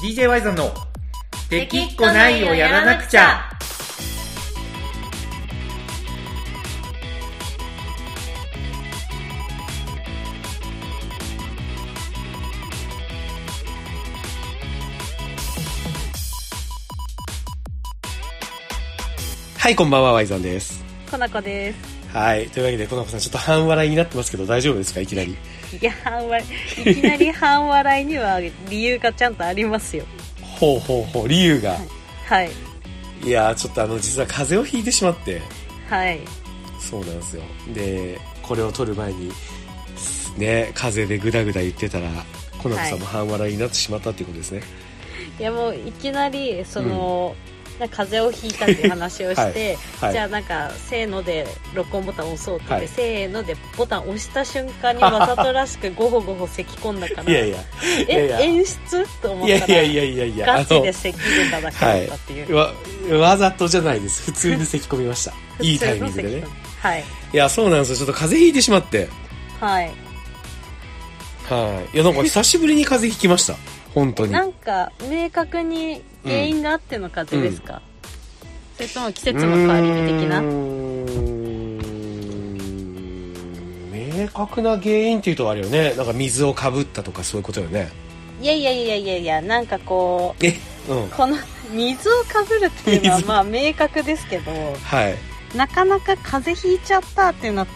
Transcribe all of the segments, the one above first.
DJ ワイゾンのできっこないをやらなくちゃ。はい、こんばんは、ワイゾンです。 コナコです。 はい、というわけでコナコさんちょっと半笑いになってますけど大丈夫ですか？いきなり。 いや、いきなり半笑いには理由がちゃんとありますよ。 ほうほうほう、理由が。 はい。 いや、ちょっと実は風邪をひいてしまって。 はい。 そうなんですよ。で、これを撮る前にね、風邪でグダグダ言ってたらコナコさんも半笑いになってしまったっていうことですね。 いや、もういきなりなんか風邪をひいたっていう話をして、はいはい、じゃあなんかせーので録音ボタンを押そうって言って、はい、せーのでボタンを押した瞬間にわざとらしくゴホゴホ咳き込んだからいやいや演出と思ったらガチで咳出ただけだったっていう、 はい、わざとじゃないです。普通に咳込みましたいいタイミングでね。 はい。 いや、そうなんですよ。ちょっと風邪ひいてしまってはいはい。いや、なんか久しぶりに風邪ひきました本当に。 なんか明確に原因があっての風邪ですか、それとも季節の変わり目的な。 明確な原因っていうとあれよね、なんか水をかぶったとかそういうことよね。 いや、なんかこう、この水をかぶるっていうのはまあ明確ですけど、はい、なかなか風邪ひいちゃったってなって、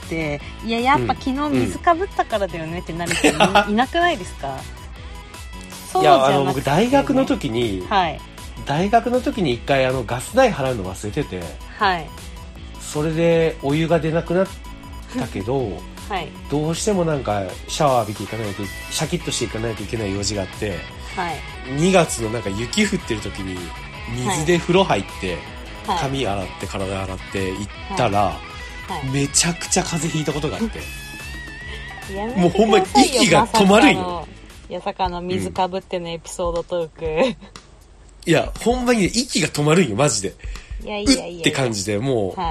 いや、やっぱ昨日水かぶったからだよねってなる人いなくないですか？ いや、僕大学の時に、 はい、 大学の時に一回ガス代払うの忘れてて、 はい、 それでお湯が出なくなったけど、はい、どうしてもなんかシャワー浴びていかないと、シャキッとしていかないといけない用事があって、はい、2月のなんか雪降ってる時に水で風呂入って、はい、髪洗って体洗って行ったら、はいはい、めちゃくちゃ風邪ひいたことがあって、もうほんまに息が止まるんよ。 やさかの水かぶってのエピソードトーク、 いや、ほんまにね、息が止まるんよ、マジで。 いやって感じで、もう、 はい、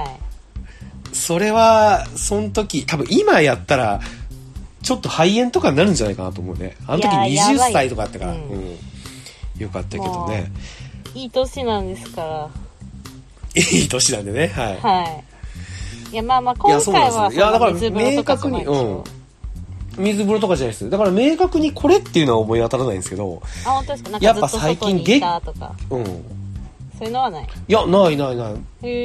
それはその時多分今やったらちょっと肺炎とかになるんじゃないかなと思うね。あの時20歳とかあったから、よかったけどね。 いい年なんですから。 いい年なんでね、はい。 はい。いや、まあ今回は水風呂とかじゃないでしょ。 水風呂とかじゃないです。だから明確にこれっていうのは思い当たらないんですけど。 あ、本当ですか？なんかずっと外にいたとか。そういうのはない。 いや、ない。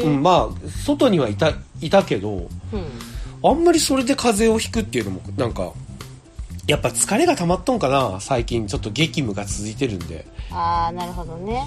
まあ外にはいたけど、あんまりそれで風邪をひくっていうのもなんかやっぱ疲れが溜まっとんかな。最近ちょっと激務が続いてるんで。 ああ、なるほどね。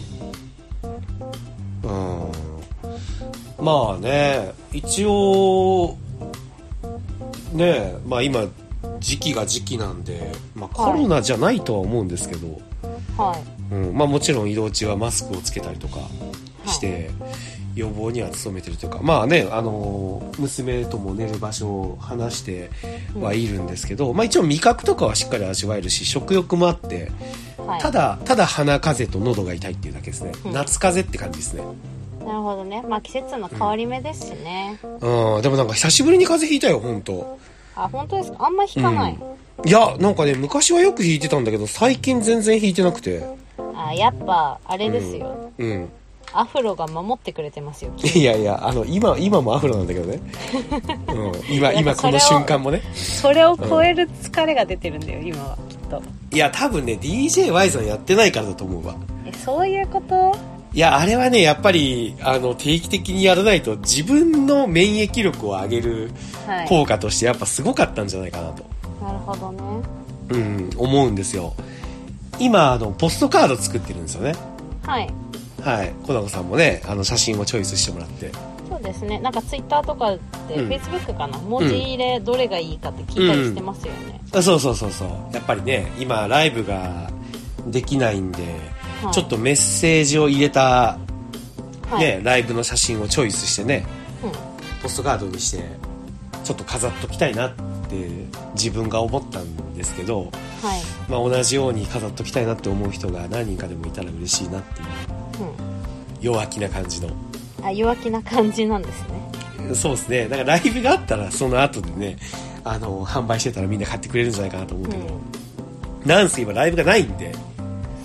まあね、一応ね、まあ今時期が時期なんで、まあ、コロナじゃないとは思うんですけど、はい、まあ、もちろん移動中はマスクをつけたりとかして、予防には努めてるというか、まあね、娘とも寝る場所を話してはいるんですけど、まあ、一応味覚とかはしっかり味わえるし食欲もあって、ただ鼻風邪と喉が痛いっていうだけですね、夏風邪って感じですね。 なるほどね。まあ季節の変わり目ですしね。 でもなんか久しぶりに風邪ひいたよ、本当。 あ、本当ですか？あんま引かない、 いや、なんかね、昔はよく引いてたんだけど最近全然引いてなくて。 あ、やっぱあれですよ、アフロが守ってくれてますよ。 いや今もアフロなんだけどね、今この瞬間もね、 それを超える疲れが出てるんだよ、今はきっと。 いや、多分ね DJY さんやってないからだと思うわ。 そういうこと？ いや、あれはね、やっぱり定期的にやらないと自分の免疫力を上げる効果としてやっぱすごかったんじゃないかなと、 なるほどね、思うんですよ。今ポストカード作ってるんですよね。はいはい、小高さんもね、写真をチョイスしてもらって。 そうですね。なんかツイッターとかで、Facebook かな、文字入れどれがいいかって聞いたりしてますよね。 そうやっぱりね、今ライブができないんで、ちょっとメッセージを入れた、ライブの写真をチョイスしてね、ポストカードにしてちょっと飾っときたいなって自分が思ったんですけど、まあ、同じように飾っときたいなって思う人が何人かでもいたら嬉しいなっていう、弱気な感じの。 弱気な感じなんですね。 そうですね。だからライブがあったらその後でね、販売してたらみんな買ってくれるんじゃないかなと思うけど、なんせ今ライブがないんで。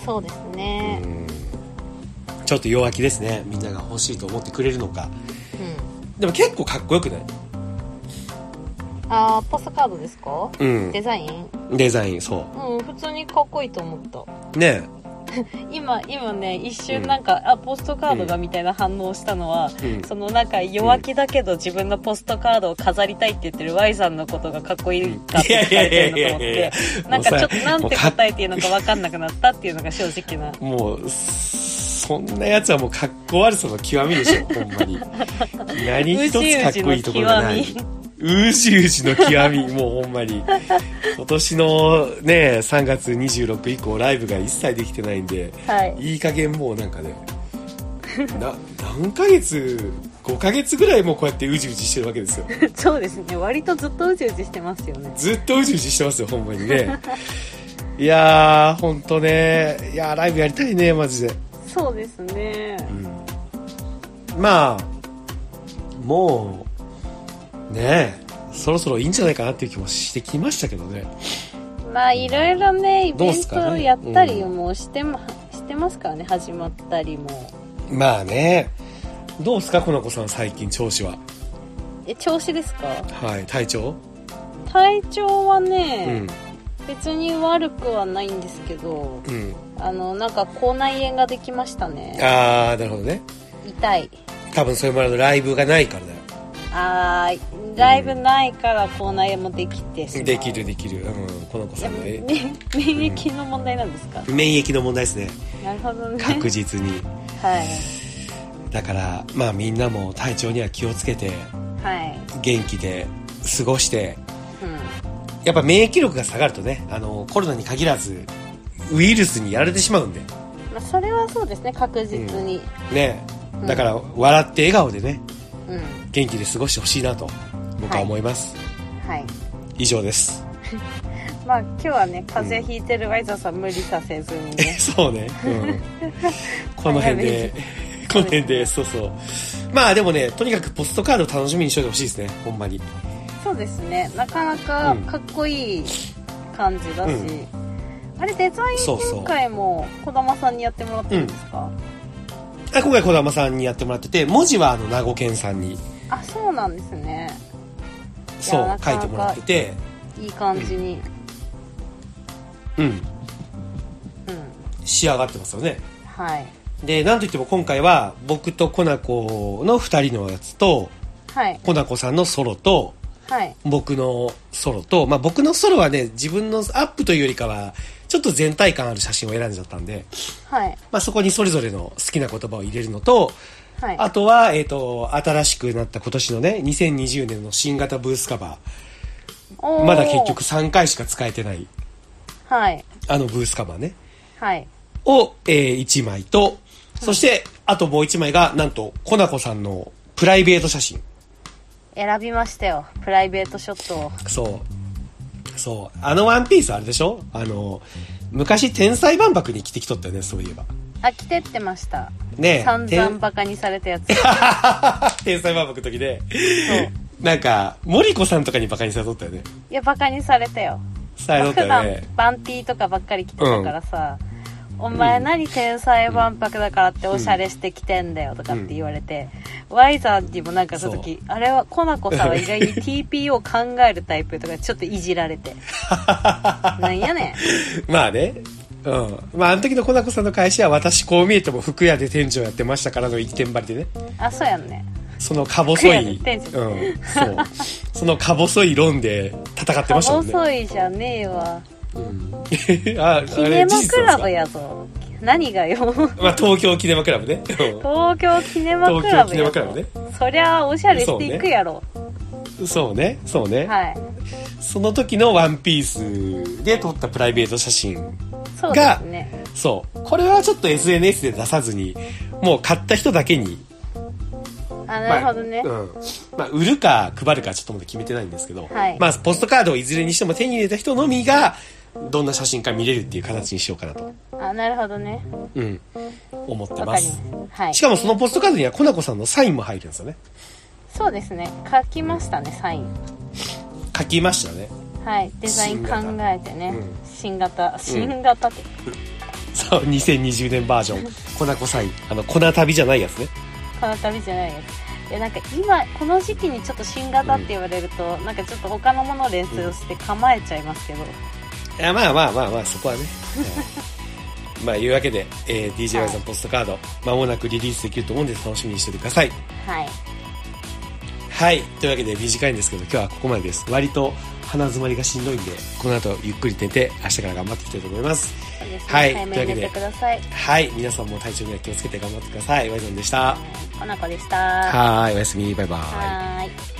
そうですね。 ちょっと弱気ですね。みんなが欲しいと思ってくれるのか。でも結構かっこよくない？ ポストカードですか？デザイン、そう。 普通にかっこいいと思った。 ね今ね、一瞬なんか、ポストカードがみたいな反応をしたのは、そのなんか弱気だけど自分のポストカードを飾りたいって言ってる Y さんのことがかっこいいかって聞かれてるのと思って、なんかちょっとなんて答えていいのか分かんなくなったっていうのが正直な。 もう、そんなやつはもうかっこ悪さの極みでしょ、ほんまに。何一つかっこいいところがない。うじうじの極み、もうほんまに。今年のね、3月26以降ライブが一切できてないんで、いい加減もうなんかね、何ヶ月、5ヶ月ぐらいもうこうやってうじうじしてるわけですよ。 そうですね、割とずっとうじうじしてますよね。 ずっとうじうじしてますよ、ほんまにね。いやー、ほんとね、いやー、ライブやりたいね、マジで。 そうですね。 まあ、もう、ねえ、そろそろいいんじゃないかなっていう気もしてきましたけどね。 まあいろいろね、イベントやったりもしてますからね、始まったりも。 まあね、どうすかこの子さん、最近調子は？ 調子ですか？ はい、体調はね、別に悪くはないんですけど、なんか口内炎ができましたね。 あー、なるほどね。 痛い。 多分そういうもののライブがないからだよ。 ライブないから口内炎もできてしまう。 できる、この子さんの免疫の問題なんですか？ 免疫の問題ですね。 なるほどね。 確実に。 はい。 だからまあみんなも体調には気をつけて、元気で過ごして、やっぱ免疫力が下がるとね、コロナに限らずウイルスにやられてしまうんで。 まあそれはそうですね、確実に。 ね、だから笑って笑顔でね。元気で過ごしてほしいなと僕は思います。以上です。 まあ今日はね、風邪ひいてるワイザーさん無理させずにね。 そうね。この辺で、そう。まあでもね、とにかくポストカードを楽しみにしておいてほしいですね、ほんまに。 そうですね、なかなかかっこいい感じだし、あれデザイン展開も児玉さんにやってもらってるんですか？ 今回児玉さんにやってもらってて、文字は名護健さんに。 そうなんですね。 そう書いてもらってて、 いい感じに仕上がってますよね。で、なんといっても今回は僕とコナコの2人のやつと、コナコさんのソロと、僕のソロと、まあ僕のソロはね、自分のアップというよりかはちょっと全体感ある写真を選んじゃったんで、まあそこにそれぞれの好きな言葉を入れるのと、あとは新しくなった今年のね、2020年の新型ブースカバー、まだ結局3回しか使えてない、ブースカバーね、を、1枚と、そしてあともう1枚がなんとコナコさんのプライベート写真選びましたよ、プライベートショットを。 そうワンピースあれでしょ、昔天才万博に着てきとったよね、そういえば。 着てってましたね。 散々バカにされたやつ。 天才万博の時で、なんか森子さんとかにバカにされとったよね。 いやバカにされたよ。 されとったよね。 普段バンティーとかばっかり着てたからさ、お前何天才万博だからっておしゃれしてきてんだよとかって言われて、ワイザーにもなんかその時、あれはコナコさんは意外に TP を考えるタイプとかちょっといじられて。なんやねん。まあね。まああの時のコナコさんの会社は私こう見えても服屋で店長やってましたからの一点張りでね。 そうやんね。 そのか細い、そのか細い論で戦ってましたもんね。 か細いじゃねえわ。キネマクラブやぞ。何がよ。 まあ東京キネマクラブね。 東京キネマクラブやぞ。そりゃおしゃれしていくやろ。 そうね。その時のワンピースで撮ったプライベート写真が、これはちょっと SNS で出さずに、もう買った人だけに。 なるほどね。 まあ売るか配るかちょっとまだ決めてないんですけど、まあポストカードをいずれにしても手に入れた人のみがどんな写真か見れるっていう形にしようかなと。 なるほどね。 思ってます。しかもそのポストカードにはコナコさんのサインも入るんですよね。 そうですね。書きましたね、サイン。 書きましたね。 デザイン考えてね。新型って。 そう、2020年バージョン。コナコサイン。コナ旅じゃないやつね。 コナ旅じゃないやつ。なんか今、この時期にちょっと新型って言われると、なんかちょっと他のものを連想して構えちゃいますけど。 いや、まあ、そこはね。まあ、いうわけで、DJY さんポストカード、間もなくリリースできると思うんで楽しみにしててください。 はい。 はい。というわけで短いんですけど、今日はここまでです。割と鼻詰まりがしんどいんで、この後ゆっくり寝て、明日から頑張っていきたいと思います。 そうですね。 はい。 早めに寝てください。 はい。皆さんも体調には気をつけて頑張ってください。ワイゾンでした。 コナコでした。 はい。おやすみ。バイバイ。 はい。